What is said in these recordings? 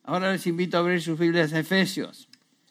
Ahora les invito a abrir sus Biblias a Efesios,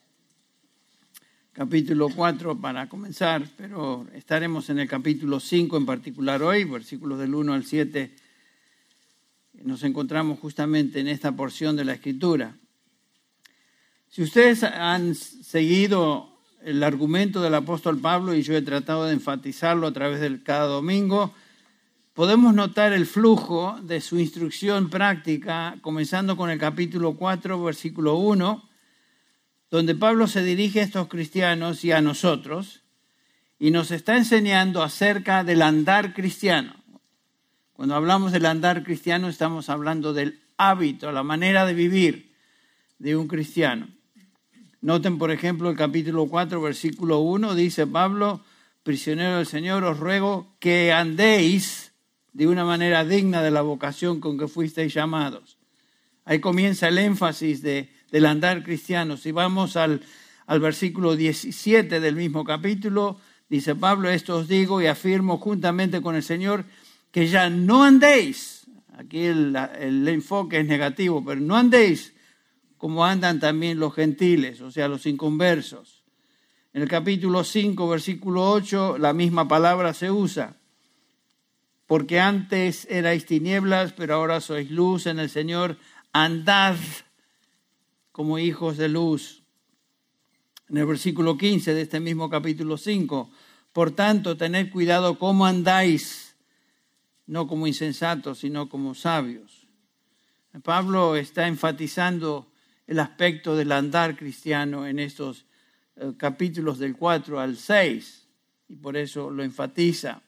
capítulo 4 para comenzar, pero estaremos en el capítulo 5 en particular hoy, versículos del 1 al 7. Nos encontramos justamente en esta porción de la Escritura. Si ustedes han seguido el argumento del apóstol Pablo, y yo he tratado de enfatizarlo a través de cada domingo, podemos notar el flujo de su instrucción práctica, comenzando con el capítulo 4, versículo 1, donde Pablo se dirige a estos cristianos y a nosotros, y nos está enseñando acerca del andar cristiano. Cuando hablamos del andar cristiano, estamos hablando del hábito, la manera de vivir de un cristiano. Noten, por ejemplo, el capítulo 4, versículo 1, dice Pablo: prisionero del Señor, os ruego que andéis de una manera digna de la vocación con que fuisteis llamados. Ahí comienza el énfasis del andar cristiano. Si vamos al versículo 17 del mismo capítulo, dice Pablo: esto os digo y afirmo juntamente con el Señor, que ya no andéis, aquí el enfoque es negativo, pero no andéis como andan también los gentiles, o sea, los inconversos. En el capítulo 5, versículo 8, la misma palabra se usa. Porque antes erais tinieblas, pero ahora sois luz en el Señor. Andad como hijos de luz. En el versículo 15 de este mismo capítulo 5. Por tanto, tened cuidado cómo andáis, no como insensatos, sino como sabios. Pablo está enfatizando el aspecto del andar cristiano en estos capítulos del 4 al 6, y por eso lo enfatiza.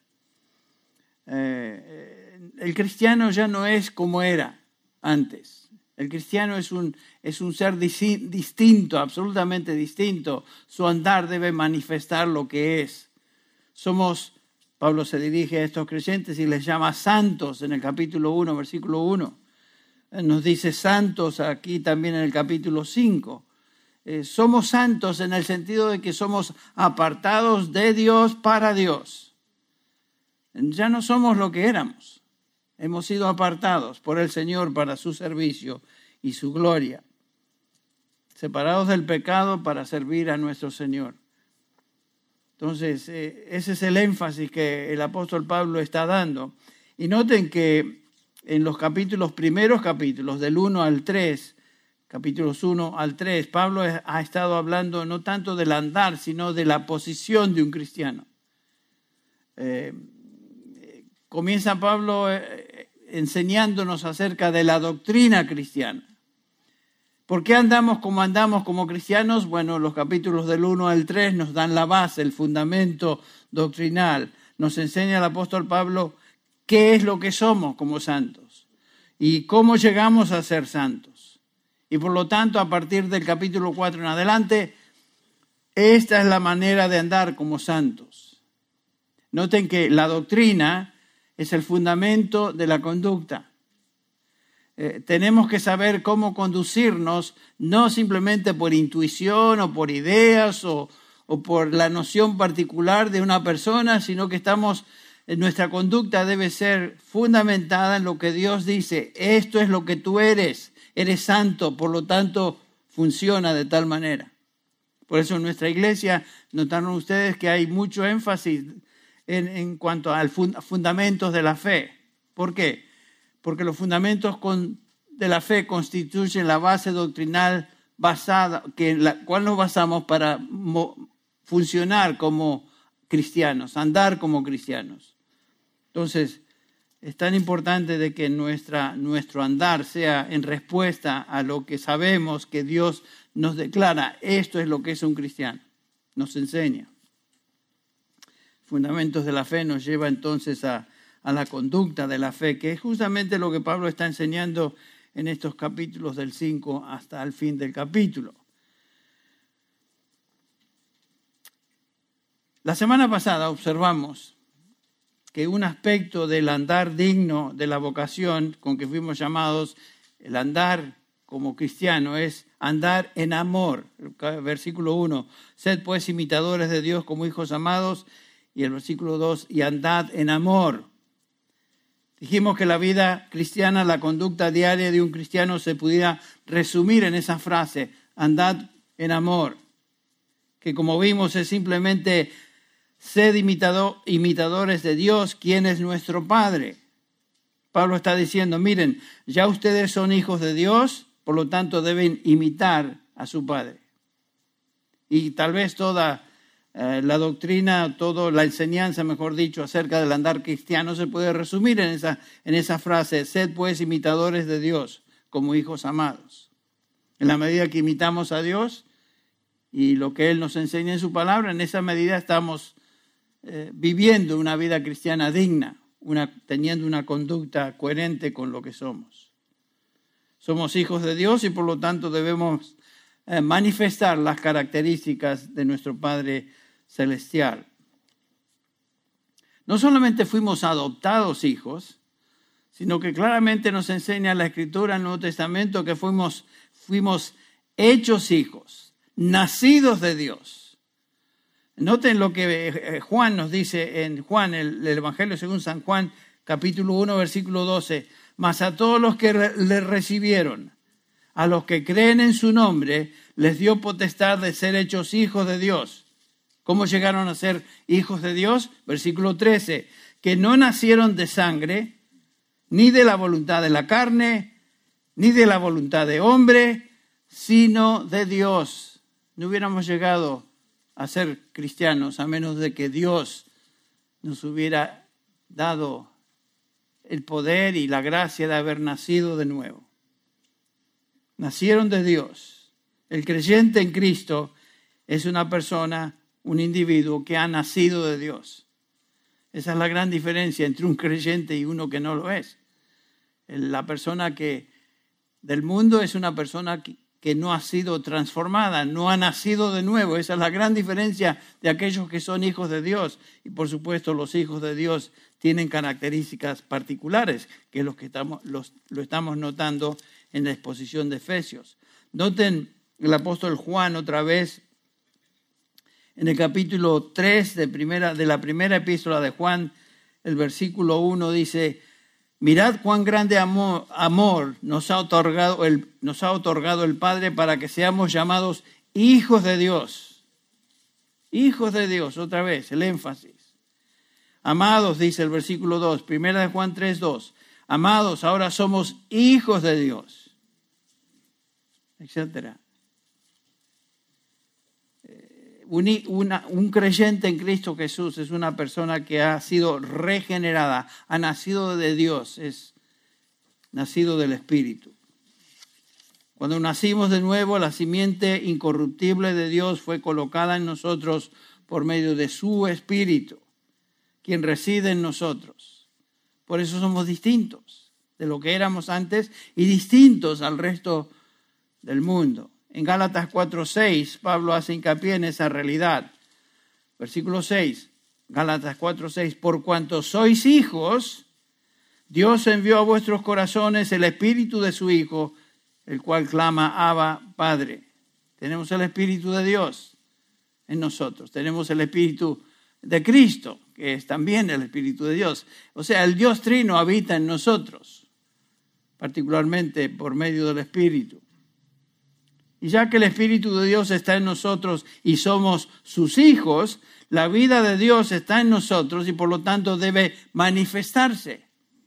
El cristiano ya no es como era antes. El cristiano es un ser distinto, absolutamente distinto. Su andar debe manifestar lo que es. Pablo se dirige a estos creyentes y les llama santos en el capítulo 1, versículo 1. Nos dice santos aquí también en el capítulo 5. Somos santos en el sentido de que somos apartados de Dios para Dios. Ya no somos lo que éramos. Hemos sido apartados por el Señor para su servicio y su gloria. Separados del pecado para servir a nuestro Señor. Entonces, ese es el énfasis que el apóstol Pablo está dando. Y noten que en los primeros capítulos, del 1 al 3, capítulos 1 al 3, Pablo ha estado hablando no tanto del andar, sino de la posición de un cristiano. Comienza Pablo enseñándonos acerca de la doctrina cristiana. ¿Por qué andamos como cristianos? Bueno, los capítulos del 1 al 3 nos dan la base, el fundamento doctrinal. Nos enseña el apóstol Pablo qué es lo que somos como santos y cómo llegamos a ser santos. Y por lo tanto, a partir del capítulo 4 en adelante, esta es la manera de andar como santos. Noten que la doctrina es el fundamento de la conducta. Tenemos que saber cómo conducirnos, no simplemente por intuición o por ideas o por la noción particular de una persona, sino que nuestra conducta debe ser fundamentada en lo que Dios dice. Esto es lo que tú eres santo, por lo tanto funciona de tal manera. Por eso en nuestra iglesia notaron ustedes que hay mucho énfasis en cuanto a fundamentos de la fe. ¿Por qué? Porque los fundamentos de la fe constituyen la base doctrinal en la cual nos basamos para funcionar como cristianos, andar como cristianos. Entonces, es tan importante de que nuestro andar sea en respuesta a lo que sabemos que Dios nos declara. Esto es lo que es un cristiano, nos enseña. Fundamentos de la fe nos lleva entonces a la conducta de la fe, que es justamente lo que Pablo está enseñando en estos capítulos del 5 hasta el fin del capítulo. La semana pasada observamos que un aspecto del andar digno de la vocación con que fuimos llamados, el andar como cristiano, es andar en amor. Versículo 1, sed pues imitadores de Dios como hijos amados. Y el versículo 2, y andad en amor. Dijimos que la vida cristiana, la conducta diaria de un cristiano se pudiera resumir en esa frase, andad en amor, que como vimos es simplemente sed imitadores de Dios, quien es nuestro Padre. Pablo está diciendo, miren, ya ustedes son hijos de Dios, por lo tanto deben imitar a su Padre. Y tal vez toda la doctrina, toda la enseñanza, mejor dicho, acerca del andar cristiano se puede resumir en esa frase, sed pues imitadores de Dios como hijos amados. En la medida que imitamos a Dios y lo que Él nos enseña en su palabra, en esa medida estamos viviendo una vida cristiana digna, teniendo una conducta coherente con lo que somos. Somos hijos de Dios y por lo tanto debemos manifestar las características de nuestro Padre Celestial. No solamente fuimos adoptados hijos, sino que claramente nos enseña la Escritura en el Nuevo Testamento que fuimos hechos hijos, nacidos de Dios. Noten lo que Juan nos dice en Juan, el Evangelio según San Juan, capítulo 1, versículo 12. Mas a todos los que le recibieron, a los que creen en su nombre, les dio potestad de ser hechos hijos de Dios. ¿Cómo llegaron a ser hijos de Dios? Versículo 13. Que no nacieron de sangre, ni de la voluntad de la carne, ni de la voluntad de hombre, sino de Dios. No hubiéramos llegado a ser cristianos a menos de que Dios nos hubiera dado el poder y la gracia de haber nacido de nuevo. Nacieron de Dios. El creyente en Cristo es una persona, un individuo que ha nacido de Dios. Esa es la gran diferencia entre un creyente y uno que no lo es. La persona que del mundo es una persona que no ha sido transformada, no ha nacido de nuevo. Esa es la gran diferencia de aquellos que son hijos de Dios. Y por supuesto los hijos de Dios tienen características particulares, que es lo estamos notando en la exposición de Efesios. Noten el apóstol Juan otra vez, en el capítulo 3 de la primera epístola de Juan, el versículo 1 dice, mirad cuán grande amor nos ha otorgado el Padre para que seamos llamados hijos de Dios. Hijos de Dios, otra vez, el énfasis. Amados, dice el versículo 2, primera de Juan 3, 2. Amados, ahora somos hijos de Dios, etcétera. Un creyente en Cristo Jesús es una persona que ha sido regenerada, ha nacido de Dios, es nacido del Espíritu. Cuando nacimos de nuevo, la simiente incorruptible de Dios fue colocada en nosotros por medio de su Espíritu, quien reside en nosotros. Por eso somos distintos de lo que éramos antes y distintos al resto del mundo. En Gálatas 4:6, Pablo hace hincapié en esa realidad. Versículo 6, Gálatas 4:6, por cuanto sois hijos, Dios envió a vuestros corazones el Espíritu de su Hijo, el cual clama, Abba, Padre. Tenemos el Espíritu de Dios en nosotros. Tenemos el Espíritu de Cristo, que es también el Espíritu de Dios. O sea, el Dios Trino habita en nosotros, particularmente por medio del Espíritu. Y ya que el Espíritu de Dios está en nosotros y somos sus hijos, la vida de Dios está en nosotros y por lo tanto debe manifestarse.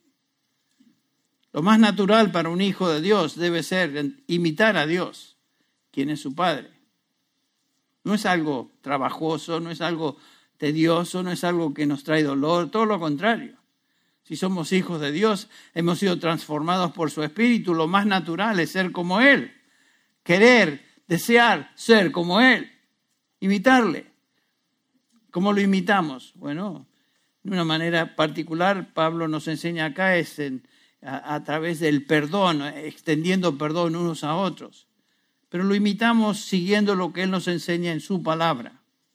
Lo más natural para un hijo de Dios debe ser imitar a Dios, quien es su Padre. No es algo trabajoso, no es algo tedioso, no es algo que nos trae dolor, todo lo contrario. Si somos hijos de Dios, hemos sido transformados por su Espíritu, lo más natural es ser como Él. Querer, desear ser como Él, imitarle. ¿Cómo lo imitamos? Bueno, de una manera particular, Pablo nos enseña acá es a través del perdón, extendiendo perdón unos a otros. Pero lo imitamos siguiendo lo que Él nos enseña en su palabra.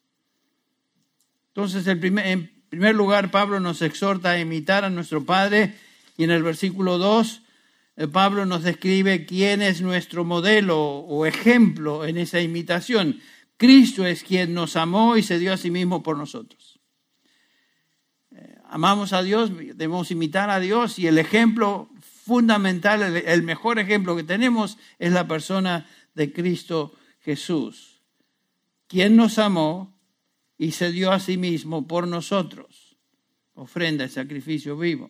Entonces, en primer lugar, Pablo nos exhorta a imitar a nuestro Padre y en el versículo 2, Pablo nos describe quién es nuestro modelo o ejemplo en esa imitación. Cristo es quien nos amó y se dio a sí mismo por nosotros. amamos a Dios, debemos imitar a Dios, y el ejemplo fundamental, el mejor ejemplo que tenemos es la persona de Cristo Jesús, quien nos amó y se dio a sí mismo por nosotros, ofrenda y sacrificio vivo.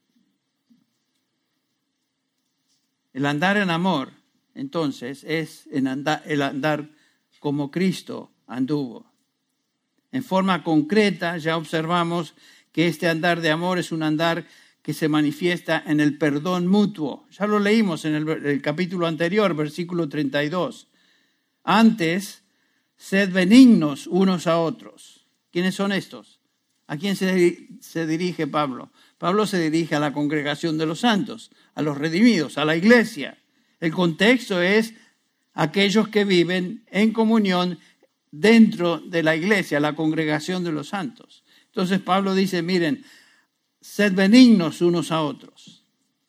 El andar en amor, entonces, es el andar como Cristo anduvo. En forma concreta, ya observamos que este andar de amor es un andar que se manifiesta en el perdón mutuo. Ya lo leímos en el capítulo anterior, versículo 32. Antes, sed benignos unos a otros. ¿Quiénes son estos? ¿A quién se dirige Pablo? Pablo se dirige a la congregación de los santos, a los redimidos, a la iglesia. El contexto es aquellos que viven en comunión dentro de la iglesia, la congregación de los santos. Entonces Pablo dice, miren, sed benignos unos a otros.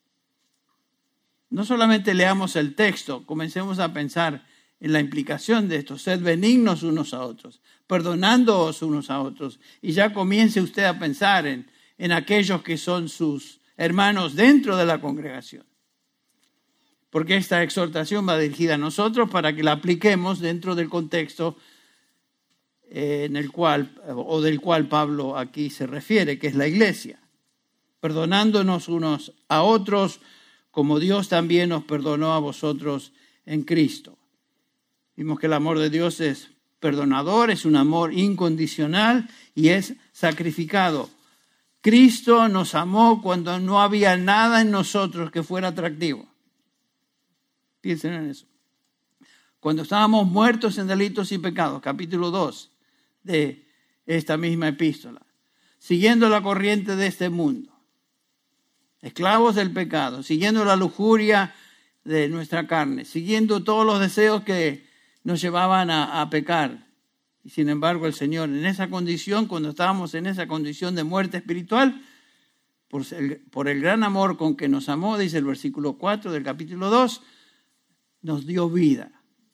No solamente leamos el texto, comencemos a pensar en la implicación de esto. Sed benignos unos a otros, perdonándoos unos a otros. Y ya comience usted a pensar en aquellos que son sus hermanos dentro de la congregación. Porque esta exhortación va dirigida a nosotros para que la apliquemos dentro del contexto del cual Pablo aquí se refiere, que es la iglesia. Perdonándonos unos a otros, como Dios también nos perdonó a vosotros en Cristo. Vimos que el amor de Dios es perdonador, es un amor incondicional y es sacrificado. Cristo nos amó cuando no había nada en nosotros que fuera atractivo. Piensen en eso. Cuando estábamos muertos en delitos y pecados, capítulo 2 de esta misma epístola, siguiendo la corriente de este mundo, esclavos del pecado, siguiendo la lujuria de nuestra carne, siguiendo todos los deseos que nos llevaban a pecar. Y sin embargo el Señor, en esa condición, cuando estábamos en esa condición de muerte espiritual, por el gran amor con que nos amó, dice el versículo 4 del capítulo 2, nos dio vida.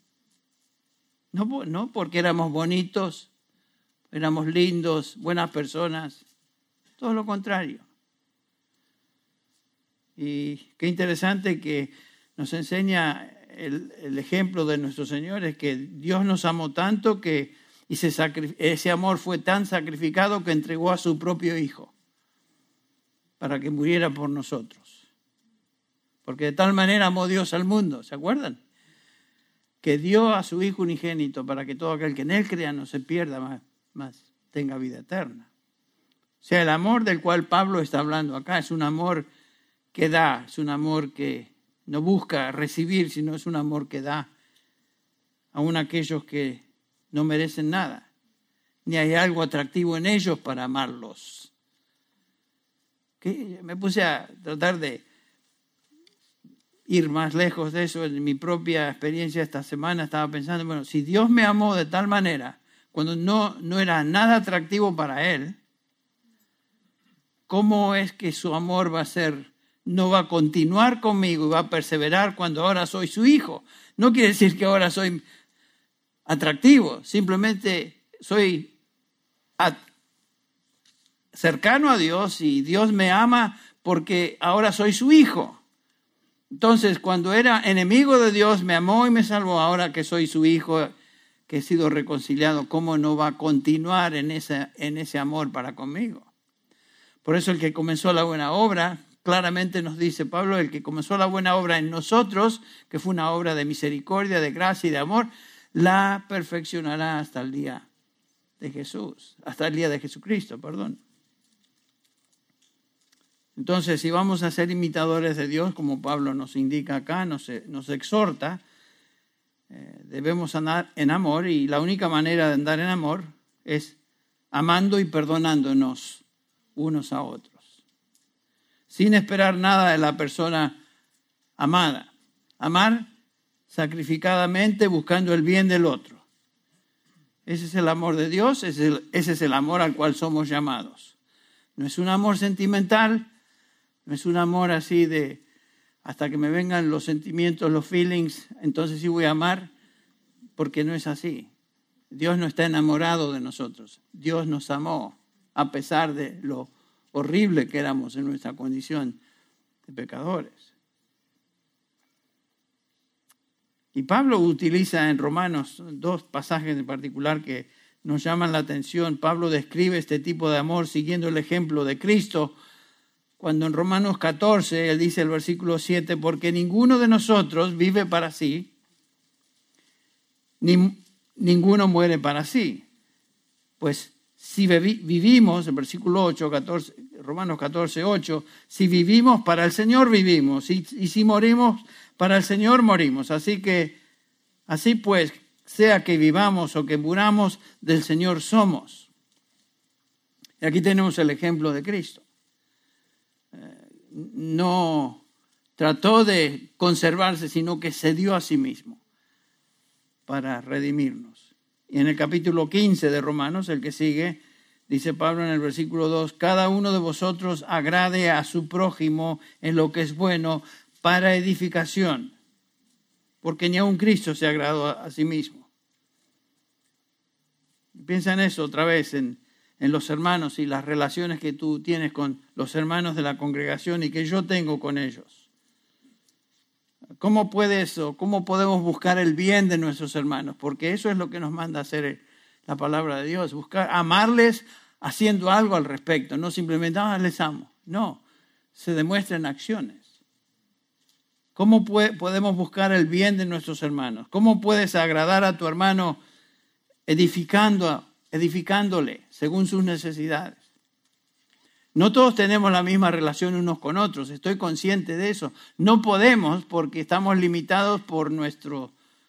No porque éramos bonitos, éramos lindos, buenas personas, todo lo contrario. Y qué interesante que nos enseña el ejemplo de nuestro Señor, es que Dios nos amó tanto que ese amor fue tan sacrificado que entregó a su propio Hijo para que muriera por nosotros. Porque de tal manera amó Dios al mundo, ¿se acuerdan? Que dio a su Hijo unigénito para que todo aquel que en Él crea no se pierda, más tenga vida eterna. O sea, el amor del cual Pablo está hablando acá es un amor que da, es un amor que no busca recibir, sino es un amor que da aún a aquellos que no merecen nada, ni hay algo atractivo en ellos para amarlos. ¿Qué? Me puse a tratar de ir más lejos de eso. En mi propia experiencia esta semana estaba pensando, bueno, si Dios me amó de tal manera, cuando no era nada atractivo para Él, ¿cómo es que su amor no va a continuar conmigo y va a perseverar cuando ahora soy su hijo? No quiere decir que ahora soy atractivo, simplemente soy cercano a Dios y Dios me ama porque ahora soy su hijo. Entonces, cuando era enemigo de Dios, me amó y me salvó. Ahora que soy su hijo, que he sido reconciliado, ¿cómo no va a continuar en ese amor para conmigo? Por eso el que comenzó la buena obra, claramente nos dice Pablo, el que comenzó la buena obra en nosotros, que fue una obra de misericordia, de gracia y de amor, la perfeccionará hasta el día de Jesús, hasta el día de Jesucristo, perdón. Entonces, si vamos a ser imitadores de Dios, como Pablo nos indica acá, nos exhorta, debemos andar en amor, y la única manera de andar en amor es amando y perdonándonos unos a otros, sin esperar nada de la persona amada. Amar sacrificadamente, buscando el bien del otro. Ese es el amor de Dios, ese es el amor al cual somos llamados. No es un amor sentimental, no es un amor así de hasta que me vengan los sentimientos, los feelings, entonces sí voy a amar, porque no es así. Dios no está enamorado de nosotros. Dios nos amó a pesar de lo horrible que éramos en nuestra condición de pecadores. Y Pablo utiliza en Romanos 2 pasajes en particular que nos llaman la atención. Pablo describe este tipo de amor siguiendo el ejemplo de Cristo, cuando en Romanos 14, él dice el versículo 7, porque ninguno de nosotros vive para sí, ni ninguno muere para sí. Pues si vivimos, el versículo 8, 14, Romanos 14, 8, si vivimos para el Señor vivimos, y si morimos para el Señor morimos. Así pues, sea que vivamos o que muramos, del Señor somos. Y aquí tenemos el ejemplo de Cristo. No trató de conservarse, sino que se dio a sí mismo para redimirnos. Y en el capítulo 15 de Romanos, el que sigue, dice Pablo en el versículo 2, cada uno de vosotros agrade a su prójimo en lo que es bueno para edificación, porque ni aun Cristo se agradó a sí mismo. Piensa en eso otra vez, en los hermanos y las relaciones que tú tienes con los hermanos de la congregación y que yo tengo con ellos. ¿Cómo podemos buscar el bien de nuestros hermanos? Porque eso es lo que nos manda hacer la palabra de Dios, amarles haciendo algo al respecto, no simplemente, les amo. No, se demuestra en acciones. ¿Cómo podemos buscar el bien de nuestros hermanos? ¿Cómo puedes agradar a tu hermano edificándole según sus necesidades? No todos tenemos la misma relación unos con otros, estoy consciente de eso. No podemos porque estamos limitados por nuestro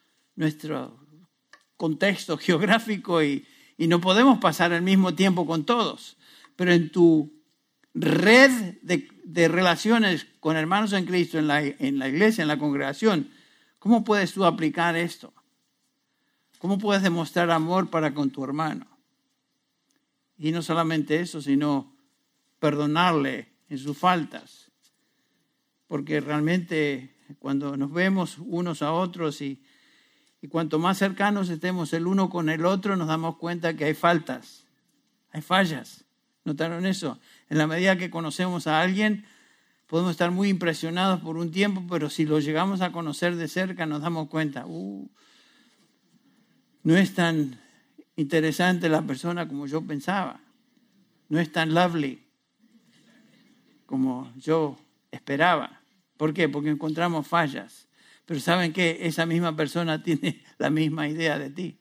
contexto geográfico y no podemos pasar el mismo tiempo con todos. Pero en tu red de relaciones con hermanos en Cristo, en la iglesia, en la congregación, ¿cómo puedes tú aplicar esto? ¿Cómo puedes demostrar amor para con tu hermano? Y no solamente eso, sino perdonarle en sus faltas. Porque realmente cuando nos vemos unos a otros y cuanto más cercanos estemos el uno con el otro, nos damos cuenta que hay faltas, hay fallas. ¿Notaron eso? En la medida que conocemos a alguien, podemos estar muy impresionados por un tiempo, pero si lo llegamos a conocer de cerca, nos damos cuenta, no es tan interesante la persona como yo pensaba. No es tan lovely como yo esperaba. ¿Por qué? Porque encontramos fallas. Pero ¿saben qué? Esa misma persona tiene la misma idea de ti.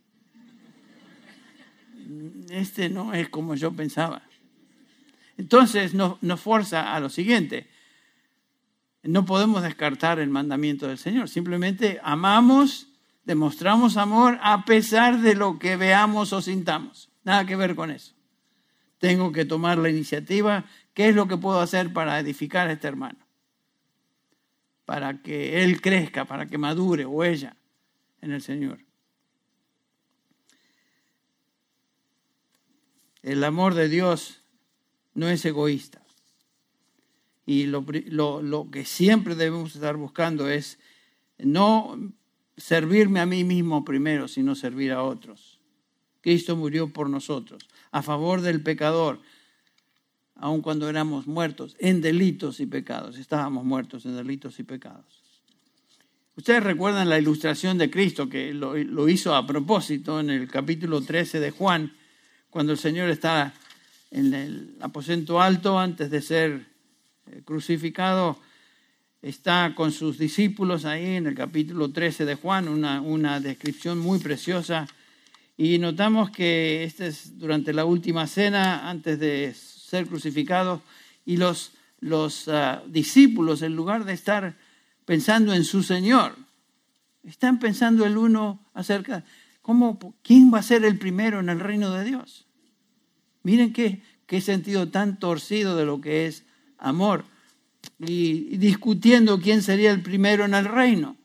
Este no es como yo pensaba. Entonces nos forza a lo siguiente. No podemos descartar el mandamiento del Señor. Simplemente amamos, demostramos amor a pesar de lo que veamos o sintamos. Nada que ver con eso. Tengo que tomar la iniciativa. ¿Qué es lo que puedo hacer para edificar a este hermano? Para que él crezca, para que madure o ella en el Señor. El amor de Dios no es egoísta. Y lo que siempre debemos estar buscando es no servirme a mí mismo primero, sino servir a otros. Cristo murió por nosotros, a favor del pecador, aun cuando éramos muertos en delitos y pecados. Estábamos muertos en delitos y pecados. Ustedes recuerdan la ilustración de Cristo que lo hizo a propósito en el capítulo 13 de Juan, cuando el Señor está en el aposento alto antes de ser crucificado. Está con sus discípulos ahí en el capítulo 13 de Juan, una descripción muy preciosa. Y notamos que este es durante la última cena, antes de ser crucificado, y los discípulos, en lugar de estar pensando en su Señor, están pensando el uno acerca de quién va a ser el primero en el reino de Dios. Miren qué sentido tan torcido de lo que es amor, y discutiendo quién sería el primero en el reino.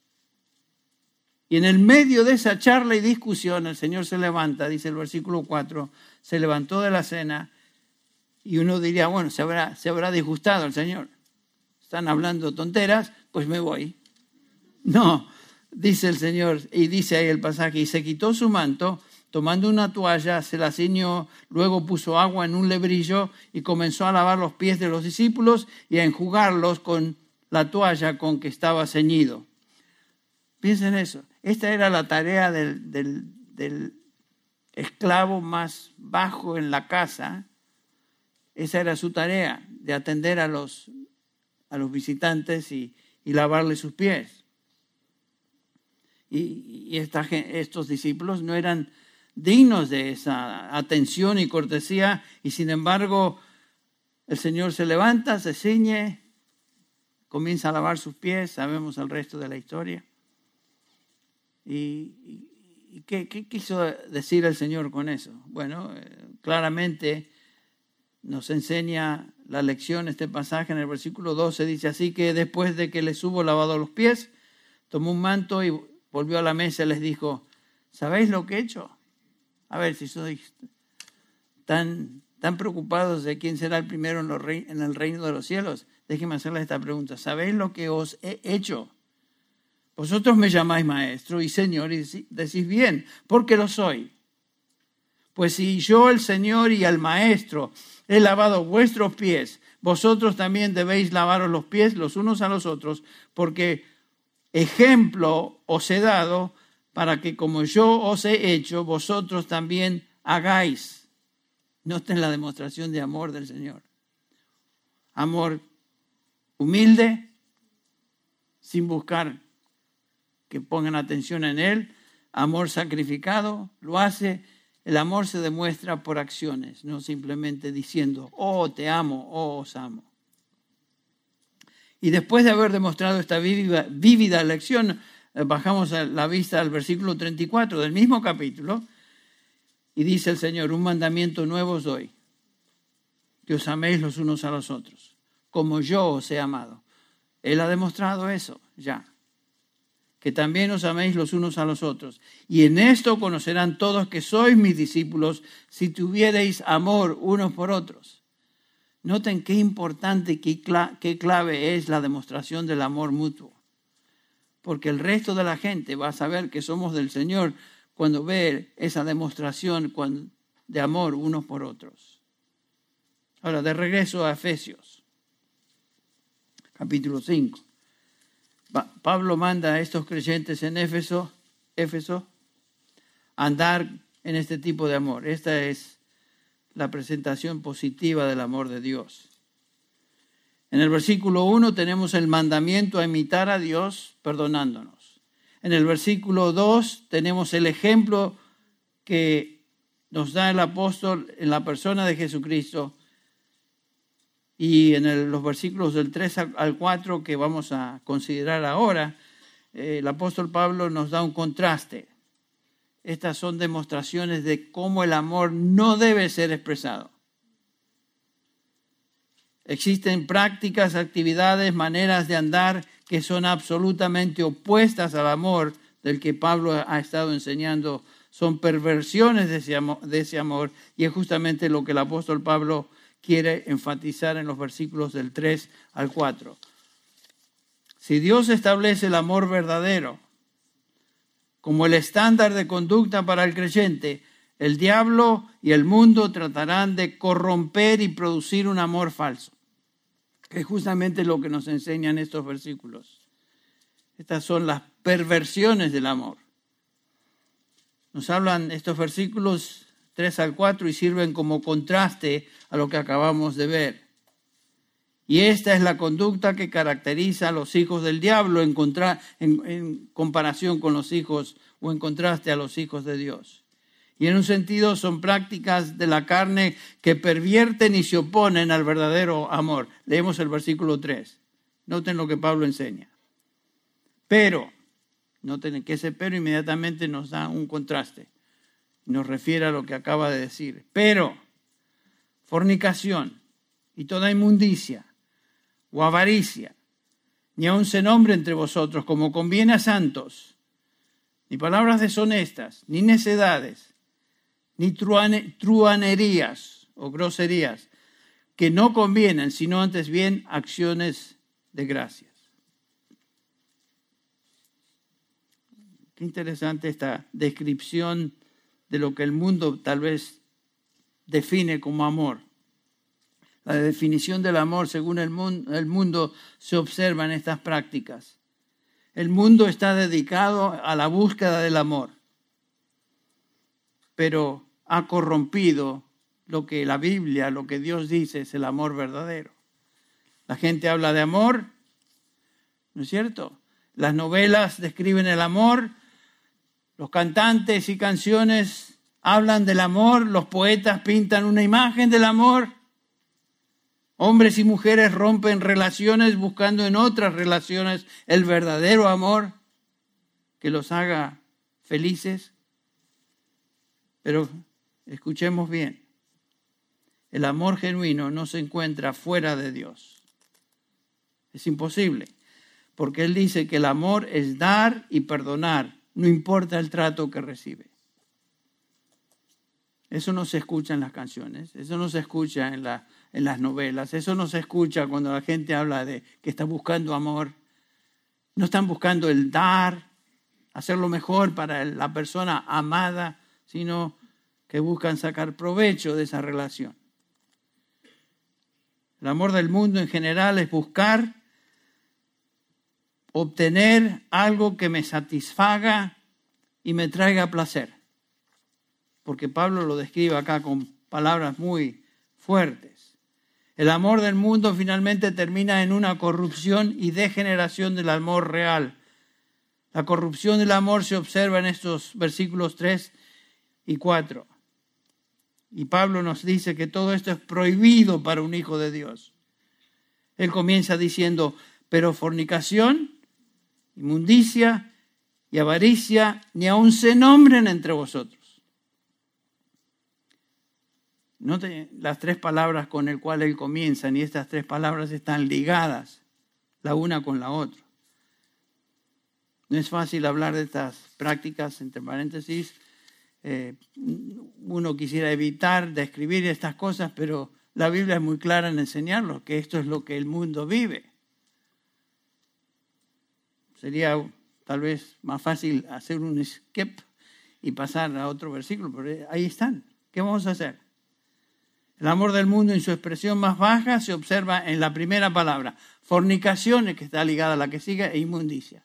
Y en el medio de esa charla y discusión, el Señor se levanta, dice el versículo 4, se levantó de la cena, y uno diría, bueno, se habrá disgustado el Señor. Están hablando tonteras, pues me voy. No, dice el Señor, y dice ahí el pasaje, y se quitó su manto Tomando una toalla, se la ciñó, luego puso agua en un lebrillo y comenzó a lavar los pies de los discípulos y a enjugarlos con la toalla con que estaba ceñido. Piensen eso. Esta era la tarea del esclavo más bajo en la casa. Esa era su tarea, de atender a los visitantes y lavarle sus pies. Y estos discípulos no eran dignos de esa atención y cortesía, y sin embargo el Señor se levanta, se ciñe, comienza a lavar sus pies, sabemos el resto de la historia. ¿Y qué quiso decir el Señor con eso? Bueno, claramente nos enseña la lección este pasaje en el versículo 12, dice así que después de que les hubo lavado los pies, tomó un manto y volvió a la mesa y les dijo, ¿sabéis lo que he hecho? A ver, si sois tan preocupados de quién será el primero en el reino de los cielos, déjenme hacerles esta pregunta. ¿Sabéis lo que os he hecho? Vosotros me llamáis maestro y señor y decís bien, porque lo soy. Pues si yo, el Señor y el maestro, he lavado vuestros pies, vosotros también debéis lavaros los pies los unos a los otros, porque ejemplo os he dado para que como yo os he hecho, vosotros también hagáis. Noten la demostración de amor del Señor. Amor humilde, sin buscar que pongan atención en Él. Amor sacrificado, lo hace. El amor se demuestra por acciones, no simplemente diciendo, oh, te amo, oh, os amo. Y después de haber demostrado esta vívida lección, bajamos la vista al versículo 34 del mismo capítulo, y dice el Señor, un mandamiento nuevo os doy, que os améis los unos a los otros, como yo os he amado. Él ha demostrado eso ya, que también os améis los unos a los otros. Y en esto conocerán todos que sois mis discípulos, si tuviereis amor unos por otros. Noten qué importante, qué clave es la demostración del amor mutuo. Porque el resto de la gente va a saber que somos del Señor cuando ve esa demostración de amor unos por otros. Ahora, de regreso a Efesios, capítulo 5. Pablo manda a estos creyentes en Éfeso a andar en este tipo de amor. Esta es la presentación positiva del amor de Dios. En el versículo 1 tenemos el mandamiento a imitar a Dios perdonándonos. En el versículo 2 tenemos el ejemplo que nos da el apóstol en la persona de Jesucristo. Y en los versículos del 3 al 4 que vamos a considerar ahora, el apóstol Pablo nos da un contraste. Estas son demostraciones de cómo el amor no debe ser expresado. Existen prácticas, actividades, maneras de andar que son absolutamente opuestas al amor del que Pablo ha estado enseñando. Son perversiones de ese amor y es justamente lo que el apóstol Pablo quiere enfatizar en los versículos del 3 al 4. Si Dios establece el amor verdadero como el estándar de conducta para el creyente, el diablo y el mundo tratarán de corromper y producir un amor falso, que es justamente lo que nos enseñan estos versículos. Estas son las perversiones del amor. Nos hablan estos versículos 3 al 4 y sirven como contraste a lo que acabamos de ver. Y esta es la conducta que caracteriza a los hijos del diablo en comparación con los hijos o en contraste a los hijos de Dios. Y en un sentido son prácticas de la carne que pervierten y se oponen al verdadero amor. Leemos el versículo 3. Noten lo que Pablo enseña. Pero, noten que ese pero inmediatamente nos da un contraste. Nos refiere a lo que acaba de decir. Pero, fornicación y toda inmundicia o avaricia, ni aun se nombre entre vosotros como conviene a santos, ni palabras deshonestas, ni necedades, ni truanerías o groserías, que no convienen, sino antes bien acciones de gracias. Qué interesante esta descripción de lo que el mundo tal vez define como amor. La definición del amor según el mundo se observa en estas prácticas. El mundo está dedicado a la búsqueda del amor, pero ha corrompido lo que la Biblia, lo que Dios dice es el amor verdadero. La gente habla de amor, ¿no es cierto? Las novelas describen el amor, los cantantes y canciones hablan del amor, los poetas pintan una imagen del amor. Hombres y mujeres rompen relaciones buscando en otras relaciones el verdadero amor que los haga felices. Pero escuchemos bien, el amor genuino no se encuentra fuera de Dios. Es imposible, porque Él dice que el amor es dar y perdonar, no importa el trato que recibe. Eso no se escucha en las canciones, eso no se escucha en las novelas, eso no se escucha cuando la gente habla de que está buscando amor. No están buscando el dar, hacer lo mejor para la persona amada, sino que buscan sacar provecho de esa relación. El amor del mundo en general es buscar obtener algo que me satisfaga y me traiga placer. Porque Pablo lo describe acá con palabras muy fuertes. El amor del mundo finalmente termina en una corrupción y degeneración del amor real. La corrupción del amor se observa en estos versículos 3 y 4. Y Pablo nos dice que todo esto es prohibido para un hijo de Dios. Él comienza diciendo, pero fornicación, inmundicia y avaricia ni aun se nombren entre vosotros. Noten las tres palabras con las cuales él comienza, y estas tres palabras están ligadas la una con la otra. No es fácil hablar de estas prácticas, entre paréntesis. Uno quisiera evitar describir estas cosas, pero la Biblia es muy clara en enseñarnos que esto es lo que el mundo vive. Sería tal vez más fácil hacer un skip y pasar a otro versículo, pero ahí están. ¿Qué vamos a hacer? El amor del mundo en su expresión más baja se observa en la primera palabra, fornicación, que está ligada a la que sigue, e inmundicia.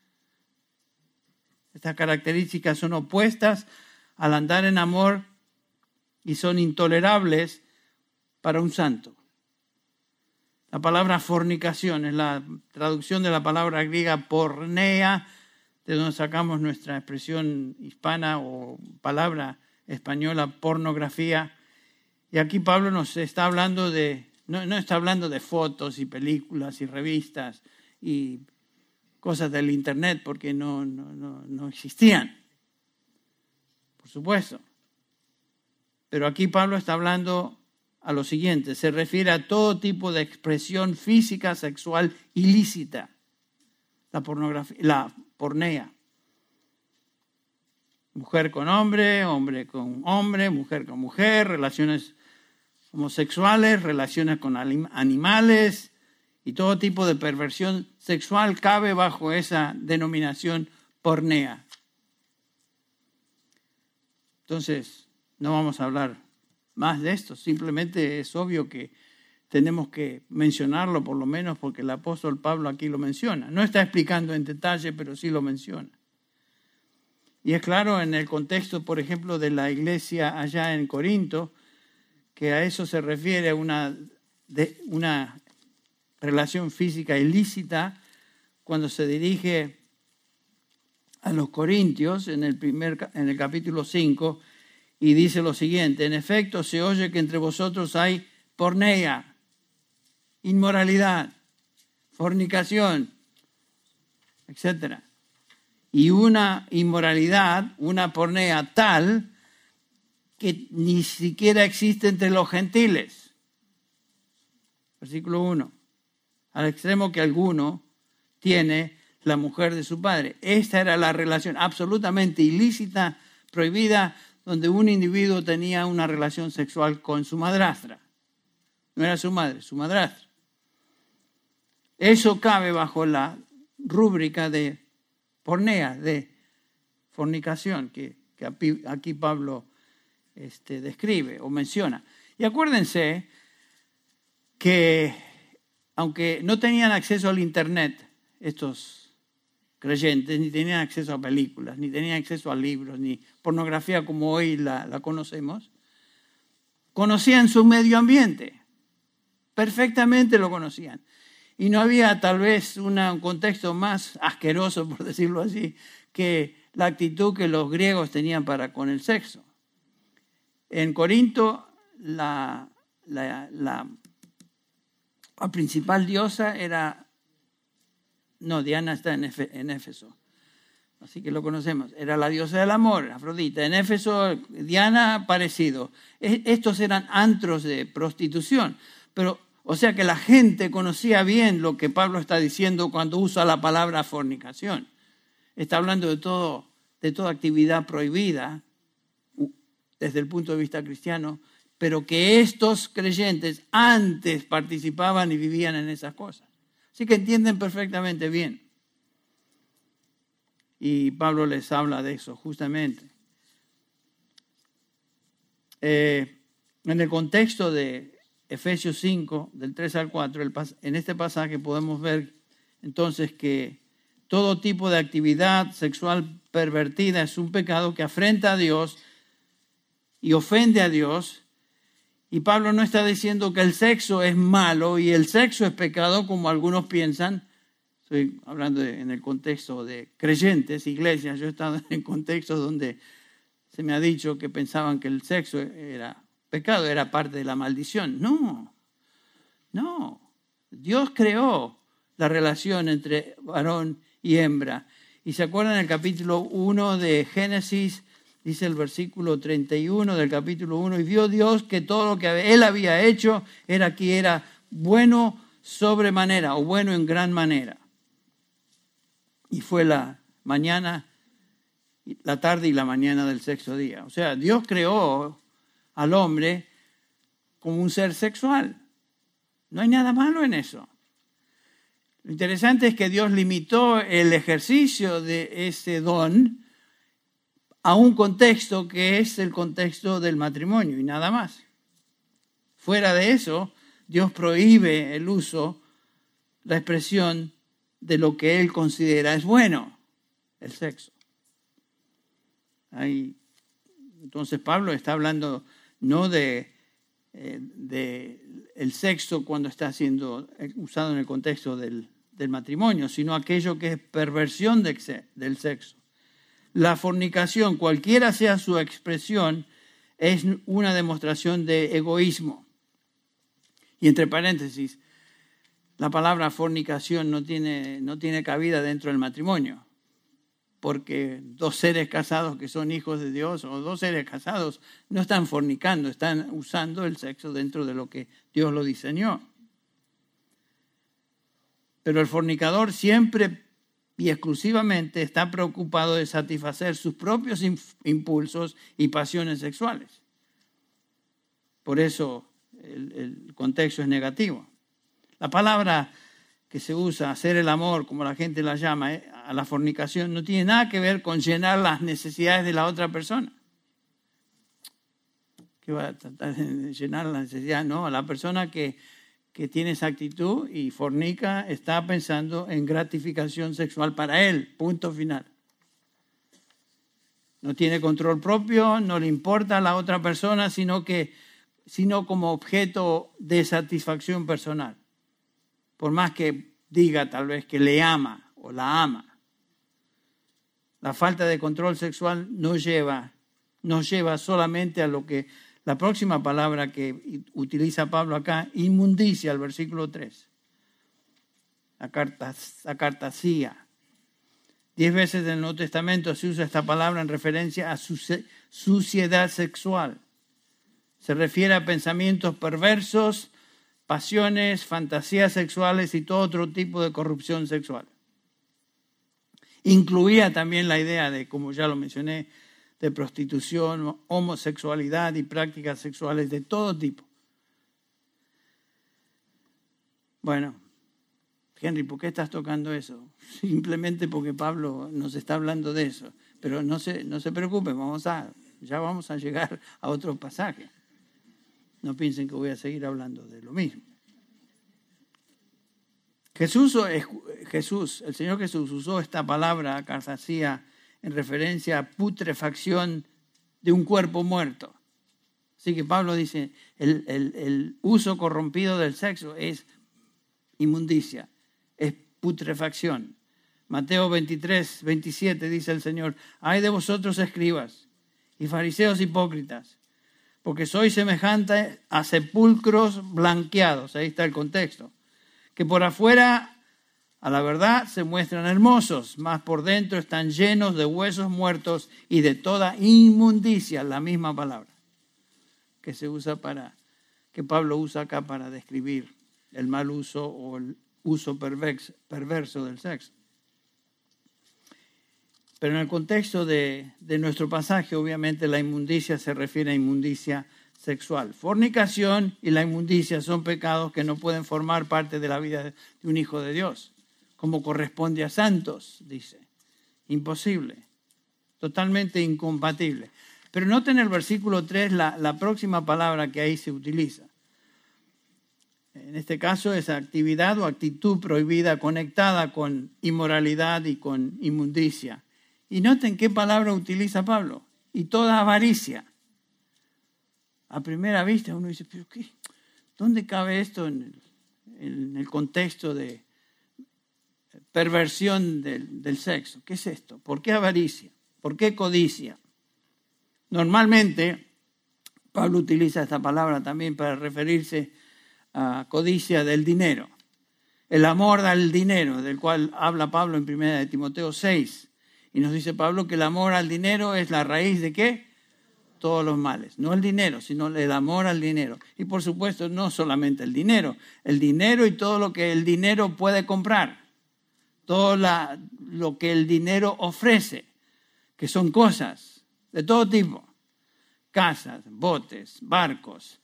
Estas características son opuestas al andar en amor y son intolerables para un santo. La palabra fornicación es la traducción de la palabra griega porneia, de donde sacamos nuestra expresión hispana o palabra española pornografía. Y aquí Pablo nos está hablando no está hablando de fotos y películas y revistas y cosas del internet, porque no existían, por supuesto. Pero aquí Pablo está hablando a lo siguiente, se refiere a todo tipo de expresión física, sexual ilícita, la pornografía, la pornea. Mujer con hombre, hombre con hombre, mujer con mujer, relaciones homosexuales, relaciones con animales y todo tipo de perversión sexual cabe bajo esa denominación pornea. Entonces, no vamos a hablar más de esto, simplemente es obvio que tenemos que mencionarlo por lo menos porque el apóstol Pablo aquí lo menciona. No está explicando en detalle, pero sí lo menciona. Y es claro en el contexto, por ejemplo, de la iglesia allá en Corinto, que a eso se refiere una relación física ilícita cuando se dirige a los corintios en el capítulo 5 y dice lo siguiente, en efecto se oye que entre vosotros hay porneia, inmoralidad, fornicación, etc. Y una inmoralidad, una pornea tal que ni siquiera existe entre los gentiles. Versículo 1. Al extremo que alguno tiene la mujer de su padre. Esta era la relación absolutamente ilícita, prohibida, donde un individuo tenía una relación sexual con su madrastra. No era su madre, su madrastra. Eso cabe bajo la rúbrica de pornea, de fornicación, que que aquí Pablo describe o menciona. Y acuérdense que aunque no tenían acceso al Internet, estos creyentes, ni tenían acceso a películas, ni tenían acceso a libros, ni pornografía como hoy la conocemos, conocían su medio ambiente, perfectamente lo conocían. Y no había tal vez un contexto más asqueroso, por decirlo así, que la actitud que los griegos tenían para con el sexo. En Corinto, la principal diosa era, no, Diana está en Éfeso, así que lo conocemos, era la diosa del amor, Afrodita. En Éfeso, Diana, parecido. Estos eran antros de prostitución, pero, o sea que la gente conocía bien lo que Pablo está diciendo cuando usa la palabra fornicación. Está hablando de toda actividad prohibida desde el punto de vista cristiano, pero que estos creyentes antes participaban y vivían en esas cosas. Así que entienden perfectamente bien. Y Pablo les habla de eso, justamente. En el contexto de Efesios 5, del 3 al 4, en este pasaje podemos ver entonces que todo tipo de actividad sexual pervertida es un pecado que afrenta a Dios y ofende a Dios. Y Pablo no está diciendo que el sexo es malo y el sexo es pecado como algunos piensan. Estoy hablando en el contexto de creyentes, iglesias. Yo he estado en contextos donde se me ha dicho que pensaban que el sexo era pecado, era parte de la maldición. No. Dios creó la relación entre varón y hembra. Y se acuerdan el capítulo 1 de Génesis, dice el versículo 31 del capítulo 1, y vio Dios que todo lo que él había hecho era bueno sobremanera o bueno en gran manera. Y fue la mañana, la tarde y la mañana del sexto día. O sea, Dios creó al hombre como un ser sexual. No hay nada malo en eso. Lo interesante es que Dios limitó el ejercicio de ese don a un contexto que es el contexto del matrimonio y nada más. Fuera de eso, Dios prohíbe el uso, la expresión de lo que Él considera es bueno, el sexo. Entonces Pablo está hablando no de el sexo cuando está siendo usado en el contexto del matrimonio, sino aquello que es perversión del sexo. La fornicación, cualquiera sea su expresión, es una demostración de egoísmo. Y entre paréntesis, la palabra fornicación no tiene cabida dentro del matrimonio, porque dos seres casados que son hijos de Dios o dos seres casados no están fornicando, están usando el sexo dentro de lo que Dios lo diseñó. Pero el fornicador siempre y exclusivamente está preocupado de satisfacer sus propios impulsos y pasiones sexuales. Por eso el contexto es negativo. La palabra que se usa, hacer el amor, como la gente la llama, a la fornicación, no tiene nada que ver con llenar las necesidades de la otra persona. ¿Qué va a tratar de llenar las necesidades? No, la persona que tiene esa actitud y fornica está pensando en gratificación sexual para él, punto final. No tiene control propio, no le importa a la otra persona, sino como objeto de satisfacción personal. Por más que diga tal vez que le ama o la ama. La falta de control sexual nos lleva solamente a lo que la próxima palabra que utiliza Pablo acá, inmundicia, el versículo 3. Acartasía. 10 veces en el Nuevo Testamento se usa esta palabra en referencia a suciedad sexual. Se refiere a pensamientos perversos, pasiones, fantasías sexuales y todo otro tipo de corrupción sexual. Incluía también la idea de, como ya lo mencioné, de prostitución, homosexualidad y prácticas sexuales de todo tipo. Bueno, Henry, ¿por qué estás tocando eso? Simplemente porque Pablo nos está hablando de eso. Pero no se preocupen, ya vamos a llegar a otro pasaje. No piensen que voy a seguir hablando de lo mismo. El Señor Jesús usó esta palabra, cartasía, en referencia a putrefacción de un cuerpo muerto. Así que Pablo dice, el uso corrompido del sexo es inmundicia, es putrefacción. Mateo 23, 27 dice el Señor, ay de vosotros escribas y fariseos hipócritas, porque sois semejantes a sepulcros blanqueados, ahí está el contexto, que por afuera a la verdad se muestran hermosos, mas por dentro están llenos de huesos muertos y de toda inmundicia, la misma palabra que Pablo usa acá para describir el mal uso o el uso perverso del sexo. Pero en el contexto de nuestro pasaje, obviamente la inmundicia se refiere a inmundicia sexual. Fornicación y la inmundicia son pecados que no pueden formar parte de la vida de un hijo de Dios, como corresponde a santos, dice. Imposible, totalmente incompatible. Pero noten el versículo 3, la próxima palabra que ahí se utiliza. En este caso es actividad o actitud prohibida conectada con inmoralidad y con inmundicia. Y noten qué palabra utiliza Pablo. Y toda avaricia. A primera vista uno dice, ¿pero qué? ¿Dónde cabe esto en el contexto de perversión del sexo? ¿Qué es esto? ¿Por qué avaricia? ¿Por qué codicia? Normalmente, Pablo utiliza esta palabra también para referirse a codicia del dinero. El amor al dinero, del cual habla Pablo en 1 Timoteo 6. Y nos dice Pablo que el amor al dinero es la raíz de ¿qué? Todos los males. No el dinero, sino el amor al dinero. Y por supuesto, no solamente el dinero y todo lo que el dinero puede comprar. Todo lo que el dinero ofrece, que son cosas de todo tipo. Casas, botes, barcos,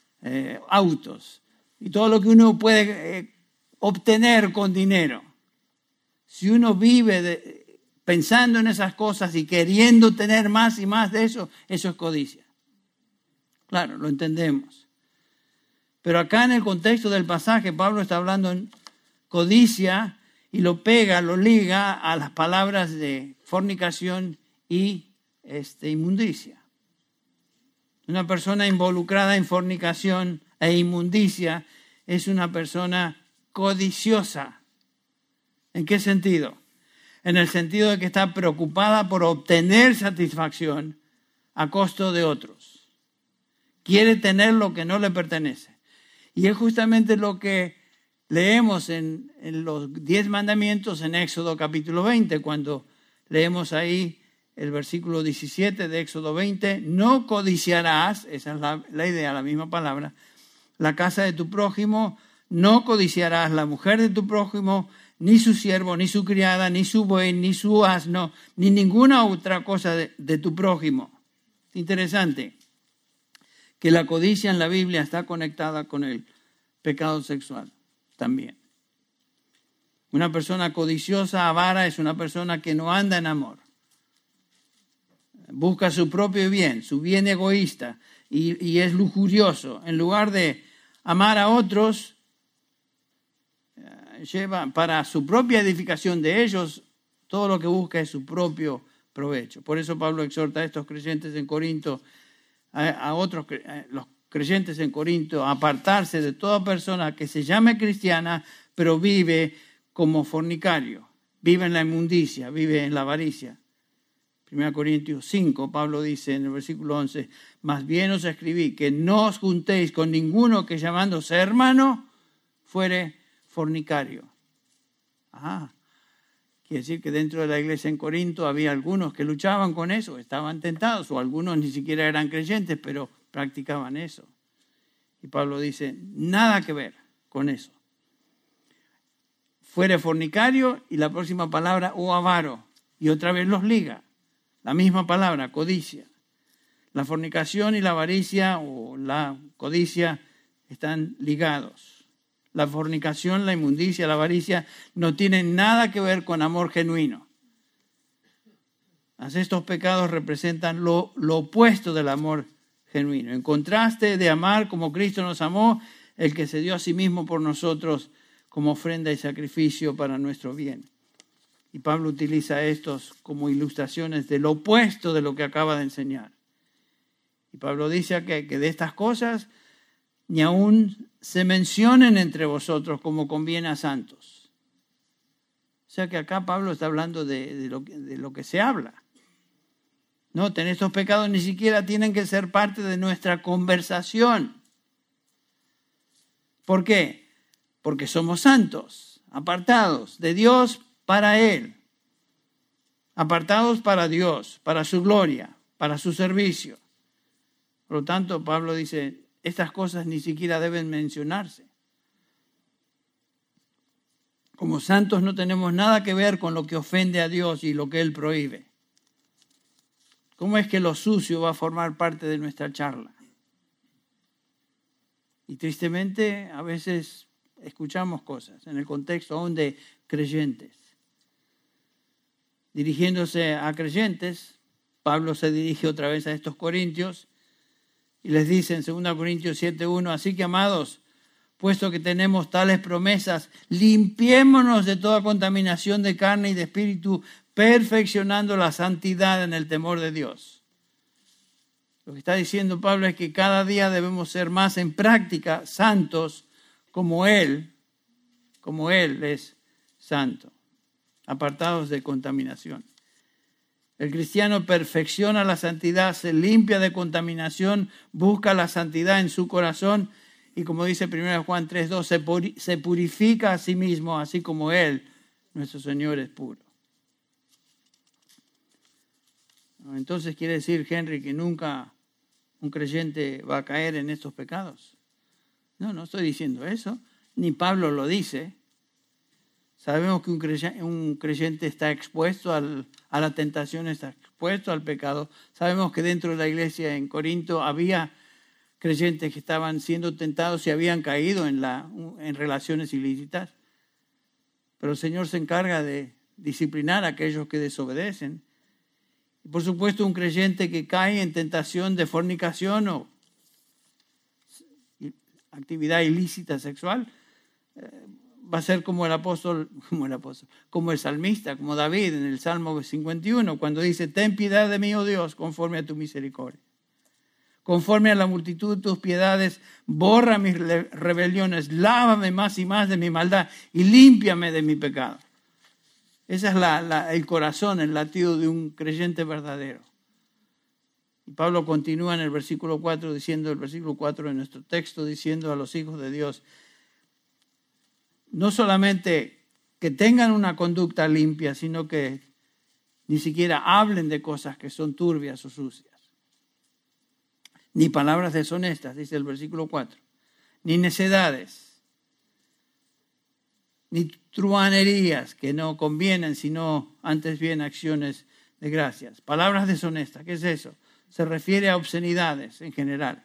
autos. Y todo lo que uno puede obtener con dinero. Si uno vive pensando en esas cosas y queriendo tener más y más de eso, eso es codicia. Claro, lo entendemos. Pero acá en el contexto del pasaje, Pablo está hablando en codicia y lo liga a las palabras de fornicación y inmundicia. Una persona involucrada en fornicación e inmundicia es una persona codiciosa. ¿En qué sentido? En el sentido de que está preocupada por obtener satisfacción a costo de otros. Quiere tener lo que no le pertenece. Y es justamente lo que leemos en los 10 mandamientos en Éxodo capítulo 20, cuando leemos ahí el versículo 17 de Éxodo 20, no codiciarás, esa es la idea, la misma palabra, la casa de tu prójimo, no codiciarás la mujer de tu prójimo, ni su siervo, ni su criada, ni su buey, ni su asno, ni ninguna otra cosa de tu prójimo. Interesante que la codicia en la Biblia está conectada con el pecado sexual también. Una persona codiciosa, avara, es una persona que no anda en amor. Busca su propio bien, su bien egoísta, y es lujurioso. En lugar de amar a otros, lleva para su propia edificación de ellos, todo lo que busca es su propio provecho. Por eso Pablo exhorta a estos creyentes en Corinto, los creyentes en Corinto, a apartarse de toda persona que se llame cristiana, pero vive como fornicario, vive en la inmundicia, vive en la avaricia. 1 Corintios 5, Pablo dice en el versículo 11, más bien os escribí que no os juntéis con ninguno que llamándose hermano fuere fornicario. Quiere decir que dentro de la iglesia en Corinto había algunos que luchaban con eso, estaban tentados, o algunos ni siquiera eran creyentes, pero practicaban eso. Y Pablo dice, nada que ver con eso. Fuere fornicario y la próxima palabra, o avaro, y otra vez los liga. La misma palabra, codicia. La fornicación y la avaricia o la codicia están ligados. La fornicación, la inmundicia, la avaricia no tienen nada que ver con amor genuino. Estos pecados representan lo opuesto del amor genuino. En contraste de amar como Cristo nos amó, el que se dio a sí mismo por nosotros como ofrenda y sacrificio para nuestro bien. Y Pablo utiliza estos como ilustraciones del opuesto de lo que acaba de enseñar. Y Pablo dice que de estas cosas ni aún se mencionen entre vosotros como conviene a santos. O sea que acá Pablo está hablando de lo que se habla. Noten, estos pecados ni siquiera tienen que ser parte de nuestra conversación. ¿Por qué? Porque somos santos, apartados de Dios para Él. Apartados para Dios, para su gloria, para su servicio. Por lo tanto, Pablo dice, estas cosas ni siquiera deben mencionarse. Como santos no tenemos nada que ver con lo que ofende a Dios y lo que Él prohíbe. ¿Cómo es que lo sucio va a formar parte de nuestra charla? Y tristemente a veces escuchamos cosas en el contexto aún de creyentes. Dirigiéndose a creyentes, Pablo se dirige otra vez a estos corintios y les dice en 2 Corintios 7:1, así que amados, puesto que tenemos tales promesas, limpiémonos de toda contaminación de carne y de espíritu, perfeccionando la santidad en el temor de Dios. Lo que está diciendo Pablo es que cada día debemos ser más en práctica santos como Él es santo, apartados de contaminación. El cristiano perfecciona la santidad, se limpia de contaminación, busca la santidad en su corazón y como dice 1 Juan 3:2, se purifica a sí mismo, así como Él, nuestro Señor, es puro. Entonces quiere decir, Henry, que nunca un creyente va a caer en estos pecados. No estoy diciendo eso, ni Pablo lo dice. Sabemos que un creyente está expuesto a la tentación, está expuesto al pecado. Sabemos que dentro de la iglesia en Corinto había creyentes que estaban siendo tentados y habían caído en relaciones ilícitas. Pero el Señor se encarga de disciplinar a aquellos que desobedecen. Y por supuesto, un creyente que cae en tentación de fornicación o actividad ilícita sexual, va a ser como el salmista, como David en el Salmo 51, cuando dice, ten piedad de mí, oh Dios, conforme a tu misericordia. Conforme a la multitud de tus piedades, borra mis rebeliones, lávame más y más de mi maldad y límpiame de mi pecado. Ese es el corazón, el latido de un creyente verdadero. Y Pablo continúa en el versículo 4 diciendo, el versículo 4 de nuestro texto, diciendo a los hijos de Dios, no solamente que tengan una conducta limpia, sino que ni siquiera hablen de cosas que son turbias o sucias. Ni palabras deshonestas, dice el versículo 4, ni necedades, ni truhanerías que no convienen, sino antes bien acciones de gracias. Palabras deshonestas, ¿qué es eso? Se refiere a obscenidades en general.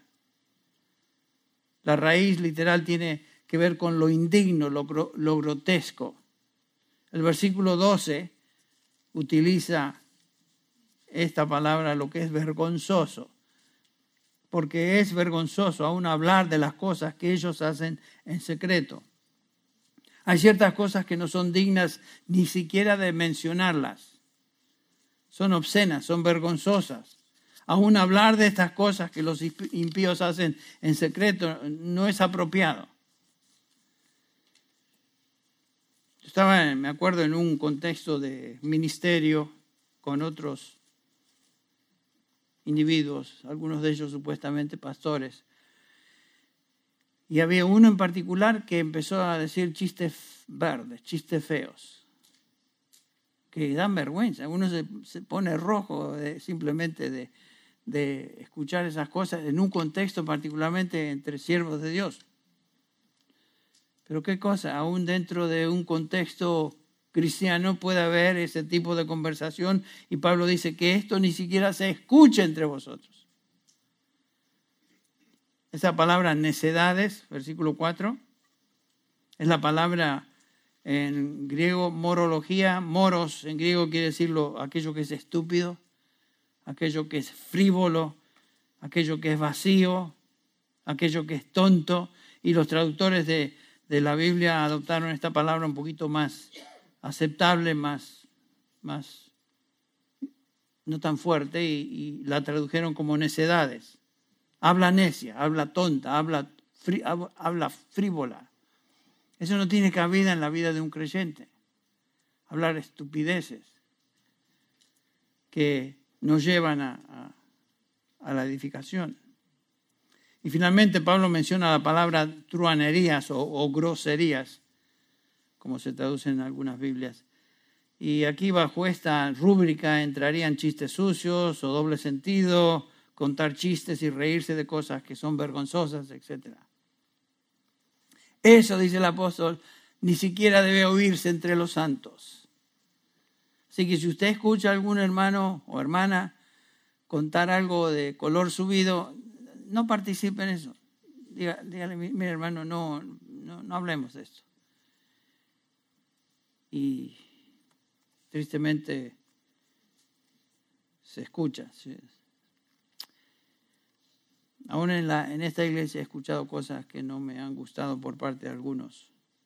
La raíz literal tiene que ver con lo indigno, lo grotesco. El versículo 12 utiliza esta palabra, lo que es vergonzoso, porque es vergonzoso aún hablar de las cosas que ellos hacen en secreto. Hay ciertas cosas que no son dignas ni siquiera de mencionarlas. Son obscenas, son vergonzosas. Aún hablar de estas cosas que los impíos hacen en secreto no es apropiado. Yo estaba, me acuerdo, en un contexto de ministerio con otros individuos, algunos de ellos supuestamente pastores. Y había uno en particular que empezó a decir chistes verdes, chistes feos, que dan vergüenza. Uno se pone rojo simplemente de escuchar esas cosas en un contexto particularmente entre siervos de Dios. Pero qué cosa, aún dentro de un contexto cristiano puede haber ese tipo de conversación y Pablo dice que esto ni siquiera se escuche entre vosotros. Esa palabra necedades, versículo 4, es la palabra en griego morología. Moros en griego quiere decir aquello que es estúpido. aquello que es frívolo, aquello que es vacío, aquello que es tonto. Y los traductores de la Biblia adoptaron esta palabra un poquito más aceptable, más no tan fuerte, y la tradujeron como necedades. Habla necia, habla tonta, habla frívola. Eso no tiene cabida en la vida de un creyente. Hablar estupideces que nos llevan a la edificación. Y finalmente Pablo menciona la palabra truanerías o groserías, como se traduce en algunas Biblias. Y aquí bajo esta rúbrica entrarían chistes sucios o doble sentido, contar chistes y reírse de cosas que son vergonzosas, etc. Eso, dice el apóstol, ni siquiera debe oírse entre los santos. Así que si usted escucha a algún hermano o hermana contar algo de color subido, no participe en eso. Dígale, mire hermano, no hablemos de esto. Y tristemente se escucha. Aún en esta iglesia he escuchado cosas que no me han gustado por parte de algunos,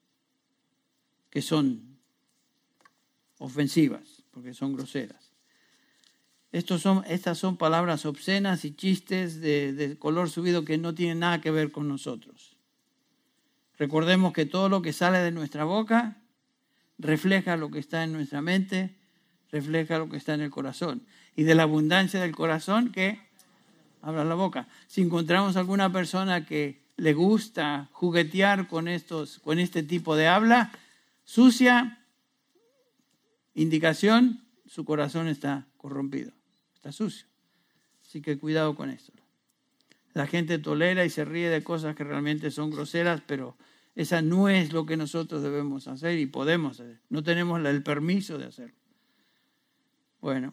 que son ofensivas, porque son groseras. Estas son palabras obscenas y chistes de color subido que no tienen nada que ver con nosotros. Recordemos que todo lo que sale de nuestra boca refleja lo que está en nuestra mente, refleja lo que está en el corazón. Y de la abundancia del corazón, ¿qué? Habla la boca. Si encontramos alguna persona que le gusta juguetear con este tipo de habla sucia, indicación, su corazón está corrompido, está sucio. Así que cuidado con esto. La gente tolera y se ríe de cosas que realmente son groseras, pero esa no es lo que nosotros debemos hacer y podemos hacer. No tenemos el permiso de hacerlo. Bueno,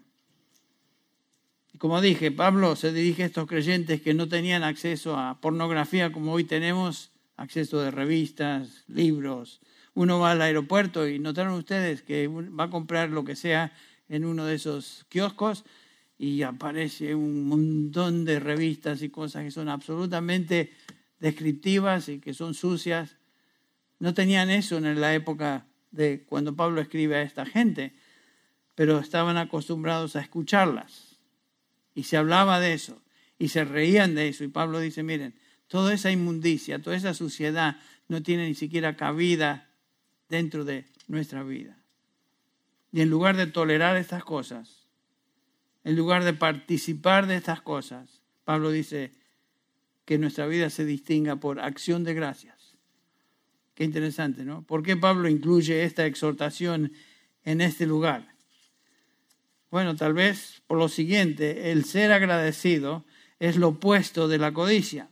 y como dije, Pablo se dirige a estos creyentes que no tenían acceso a pornografía como hoy tenemos, acceso de revistas, libros. Uno va al aeropuerto y notaron ustedes que va a comprar lo que sea en uno de esos kioscos y aparece un montón de revistas y cosas que son absolutamente descriptivas y que son sucias. No tenían eso en la época de cuando Pablo escribe a esta gente, pero estaban acostumbrados a escucharlas. Y se hablaba de eso, y se reían de eso. Y Pablo dice, miren, toda esa inmundicia, toda esa suciedad no tiene ni siquiera cabida dentro de nuestra vida. Y en lugar de tolerar estas cosas, en lugar de participar de estas cosas, Pablo dice que nuestra vida se distinga por acción de gracias. Qué interesante, ¿no? ¿Por qué Pablo incluye esta exhortación en este lugar? Bueno, tal vez por lo siguiente, el ser agradecido es lo opuesto de la codicia,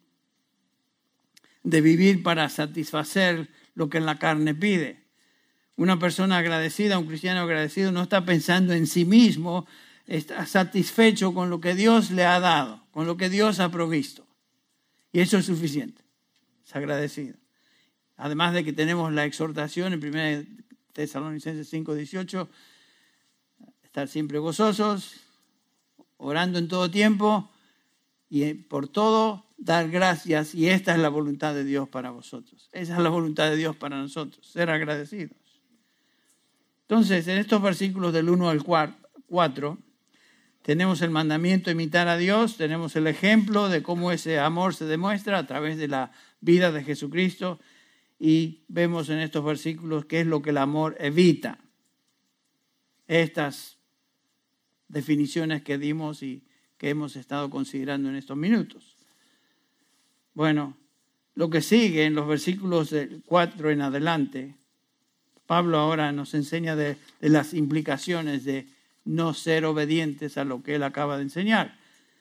de vivir para satisfacer lo que la carne pide. Una persona agradecida, un cristiano agradecido, no está pensando en sí mismo, está satisfecho con lo que Dios le ha dado, con lo que Dios ha provisto. Y eso es suficiente, es agradecido. Además de que tenemos la exhortación en 1 Tesalonicenses 5:18, estar siempre gozosos, orando en todo tiempo y por todo dar gracias. Y esta es la voluntad de Dios para vosotros. Esa es la voluntad de Dios para nosotros, ser agradecidos. Entonces, en estos versículos del 1 al 4, tenemos el mandamiento de imitar a Dios, tenemos el ejemplo de cómo ese amor se demuestra a través de la vida de Jesucristo. Y vemos en estos versículos qué es lo que el amor evita. Estas definiciones que dimos y que hemos estado considerando en estos minutos. Bueno, lo que sigue en los versículos del 4 en adelante, Pablo ahora nos enseña de las implicaciones de no ser obedientes a lo que él acaba de enseñar.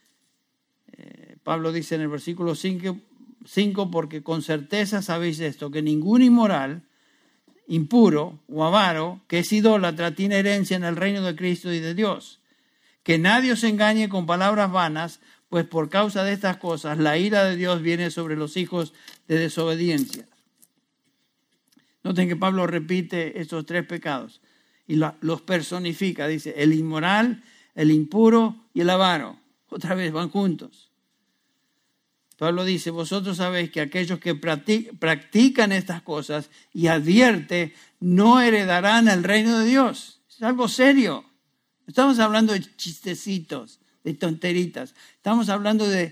Pablo dice en el versículo 5, porque con certeza sabéis esto, que ningún inmoral, impuro o avaro, que es idólatra, tiene herencia en el reino de Cristo y de Dios. Que nadie os engañe con palabras vanas, pues por causa de estas cosas la ira de Dios viene sobre los hijos de desobediencia. Noten que Pablo repite estos tres pecados y los personifica. Dice, el inmoral, el impuro y el avaro. Otra vez van juntos. Pablo dice, vosotros sabéis que aquellos que practican estas cosas y advierte, no heredarán el reino de Dios. Es algo serio. No estamos hablando de chistecitos, de tonteritas. Estamos hablando de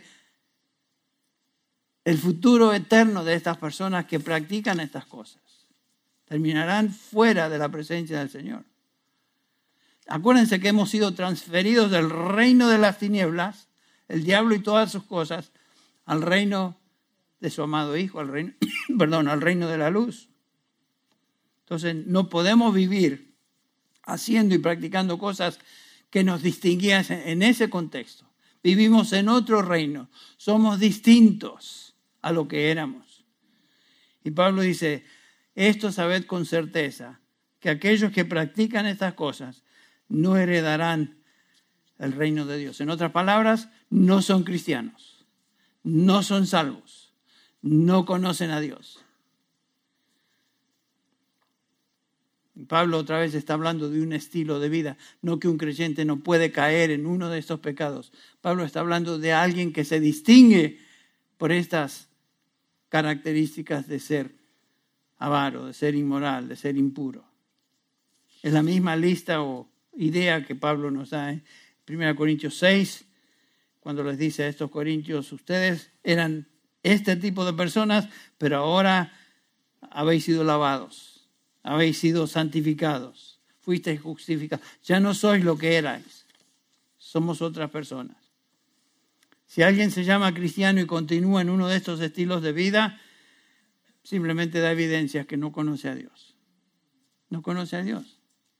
el futuro eterno de estas personas que practican estas cosas. Terminarán fuera de la presencia del Señor. Acuérdense que hemos sido transferidos del reino de las tinieblas, el diablo y todas sus cosas, al reino de su amado Hijo, al reino de la luz. Entonces no podemos vivir haciendo y practicando cosas que nos distinguían en ese contexto. Vivimos en otro reino, somos distintos a lo que éramos. Y Pablo dice, esto sabed con certeza, que aquellos que practican estas cosas no heredarán el reino de Dios. En otras palabras, no son cristianos, no son salvos, no conocen a Dios. Pablo otra vez está hablando de un estilo de vida, no que un creyente no puede caer en uno de estos pecados. Pablo está hablando de alguien que se distingue por estas características de ser avaro, de ser inmoral, de ser impuro. Es la misma lista o idea que Pablo nos da en 1 Corintios 6, cuando les dice a estos corintios, ustedes eran este tipo de personas, pero ahora habéis sido lavados, habéis sido santificados, fuisteis justificados. Ya no sois lo que erais, somos otras personas. Si alguien se llama cristiano y continúa en uno de estos estilos de vida, simplemente da evidencias que no conoce a Dios. No conoce a Dios.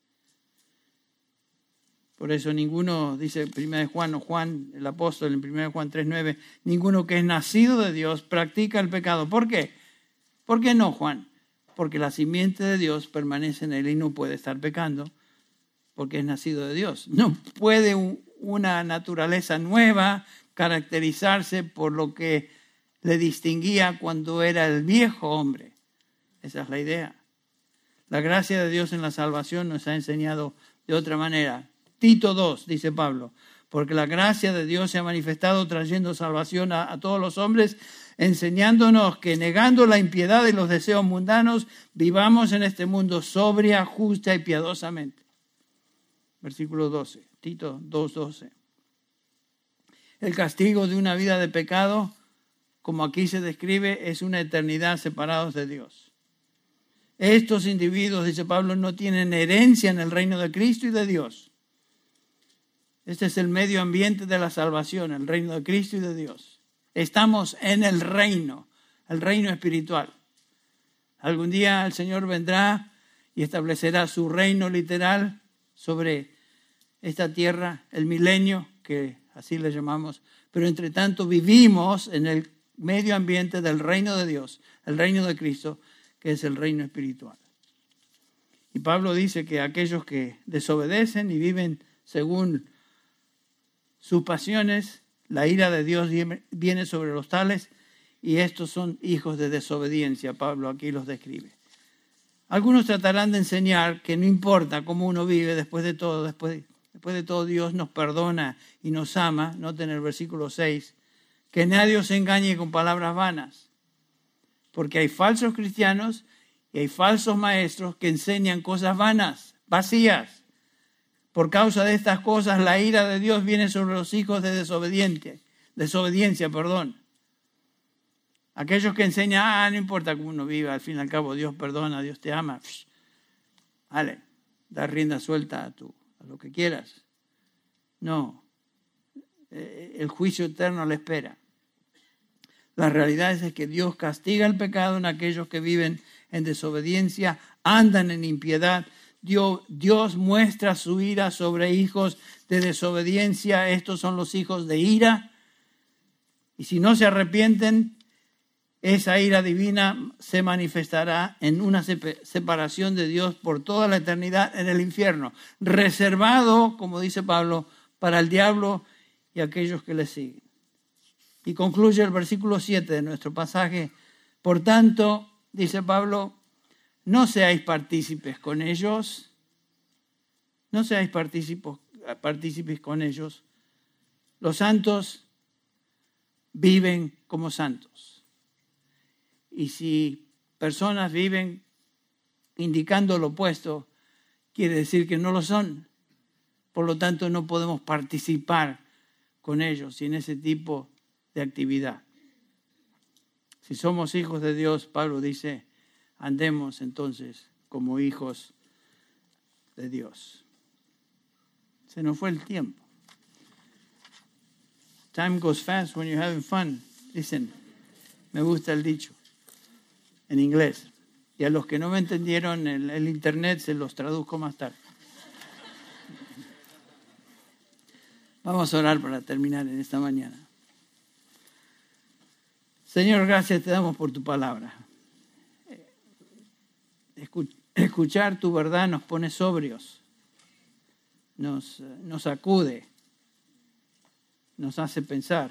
Por eso ninguno, dice 1 de Juan, o Juan, el apóstol en 1 de Juan 3:9, ninguno que es nacido de Dios practica el pecado. ¿Por qué? ¿Por qué no, Juan? Porque la simiente de Dios permanece en él y no puede estar pecando porque es nacido de Dios. No puede una naturaleza nueva caracterizarse por lo que le distinguía cuando era el viejo hombre. Esa es la idea. La gracia de Dios en la salvación nos ha enseñado de otra manera. Tito 2, dice Pablo, porque la gracia de Dios se ha manifestado trayendo salvación a todos los hombres, enseñándonos que negando la impiedad y los deseos mundanos, vivamos en este mundo sobria, justa y piadosamente. Versículo 12, Tito 2:12. El castigo de una vida de pecado, como aquí se describe, es una eternidad separados de Dios. Estos individuos, dice Pablo, no tienen herencia en el reino de Cristo y de Dios. Este es el medio ambiente de la salvación, el reino de Cristo y de Dios. Estamos en el reino espiritual. Algún día el Señor vendrá y establecerá su reino literal sobre esta tierra, el milenio, que así le llamamos. Pero entre tanto vivimos en el medio ambiente del reino de Dios, el reino de Cristo, que es el reino espiritual. Y Pablo dice que aquellos que desobedecen y viven según sus pasiones, la ira de Dios viene sobre los tales, y estos son hijos de desobediencia. Pablo aquí los describe. Algunos tratarán de enseñar que no importa cómo uno vive, después de todo Dios nos perdona y nos ama. Noten el versículo 6, que nadie os engañe con palabras vanas, porque hay falsos cristianos y hay falsos maestros que enseñan cosas vanas, vacías. Por causa de estas cosas, la ira de Dios viene sobre los hijos de desobediencia. Aquellos que enseñan, no importa cómo uno viva, al fin y al cabo Dios perdona, Dios te ama. Vale, da rienda suelta a lo que quieras. No, el juicio eterno le espera. La realidad es que Dios castiga el pecado en aquellos que viven en desobediencia, andan en impiedad. Dios muestra su ira sobre hijos de desobediencia. Estos son los hijos de ira. Y si no se arrepienten, esa ira divina se manifestará en una separación de Dios por toda la eternidad en el infierno, reservado, como dice Pablo, para el diablo y aquellos que le siguen. Y concluye el versículo 7 de nuestro pasaje. Por tanto, dice Pablo, no seáis partícipes con ellos, no seáis partícipes con ellos, Los santos viven como santos. Y si personas viven indicando lo opuesto, quiere decir que no lo son. Por lo tanto, no podemos participar con ellos en ese tipo de actividad. Si somos hijos de Dios, Pablo dice, andemos entonces como hijos de Dios. Se nos fue el tiempo. Time goes fast when you're having fun. Listen, me gusta el dicho en inglés. Y a los que no me entendieron el internet se los traduzco más tarde. Vamos a orar para terminar en esta mañana. Señor, gracias te damos por tu palabra. Escuchar tu verdad nos pone sobrios, nos sacude, nos hace pensar,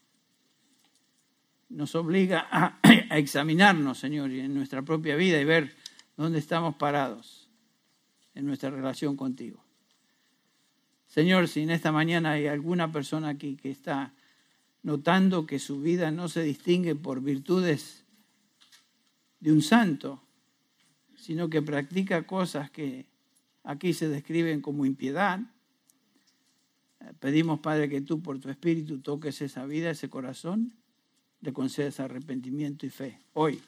nos obliga a examinarnos, Señor, en nuestra propia vida y ver dónde estamos parados en nuestra relación contigo. Señor, si en esta mañana hay alguna persona aquí que está notando que su vida no se distingue por virtudes de un santo, sino que practica cosas que aquí se describen como impiedad, pedimos, Padre, que tú por tu Espíritu toques esa vida, ese corazón, le concedas arrepentimiento y fe hoy.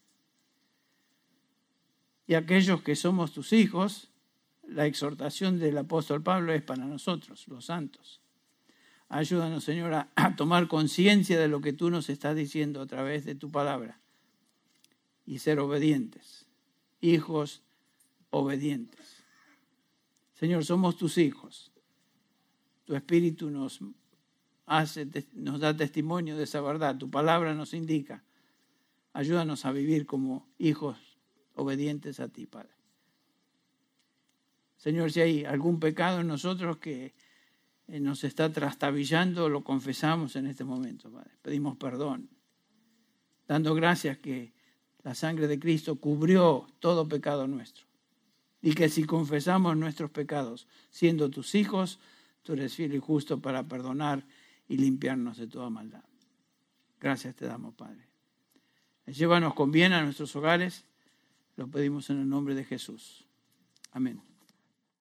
Y aquellos que somos tus hijos, la exhortación del apóstol Pablo es para nosotros, los santos. Ayúdanos, Señor, a tomar conciencia de lo que tú nos estás diciendo a través de tu palabra y ser obedientes, hijos obedientes. Señor, somos tus hijos. Tu Espíritu nos da testimonio de esa verdad. Tu palabra nos indica. Ayúdanos a vivir como hijos obedientes a ti, Padre. Señor, si hay algún pecado en nosotros que nos está trastabillando, lo confesamos en este momento, Padre. Pedimos perdón, dando gracias que la sangre de Cristo cubrió todo pecado nuestro. Y que si confesamos nuestros pecados, siendo tus hijos, tú eres fiel y justo para perdonar y limpiarnos de toda maldad. Gracias te damos, Padre. Llévanos con bien a nuestros hogares. Lo pedimos en el nombre de Jesús. Amén.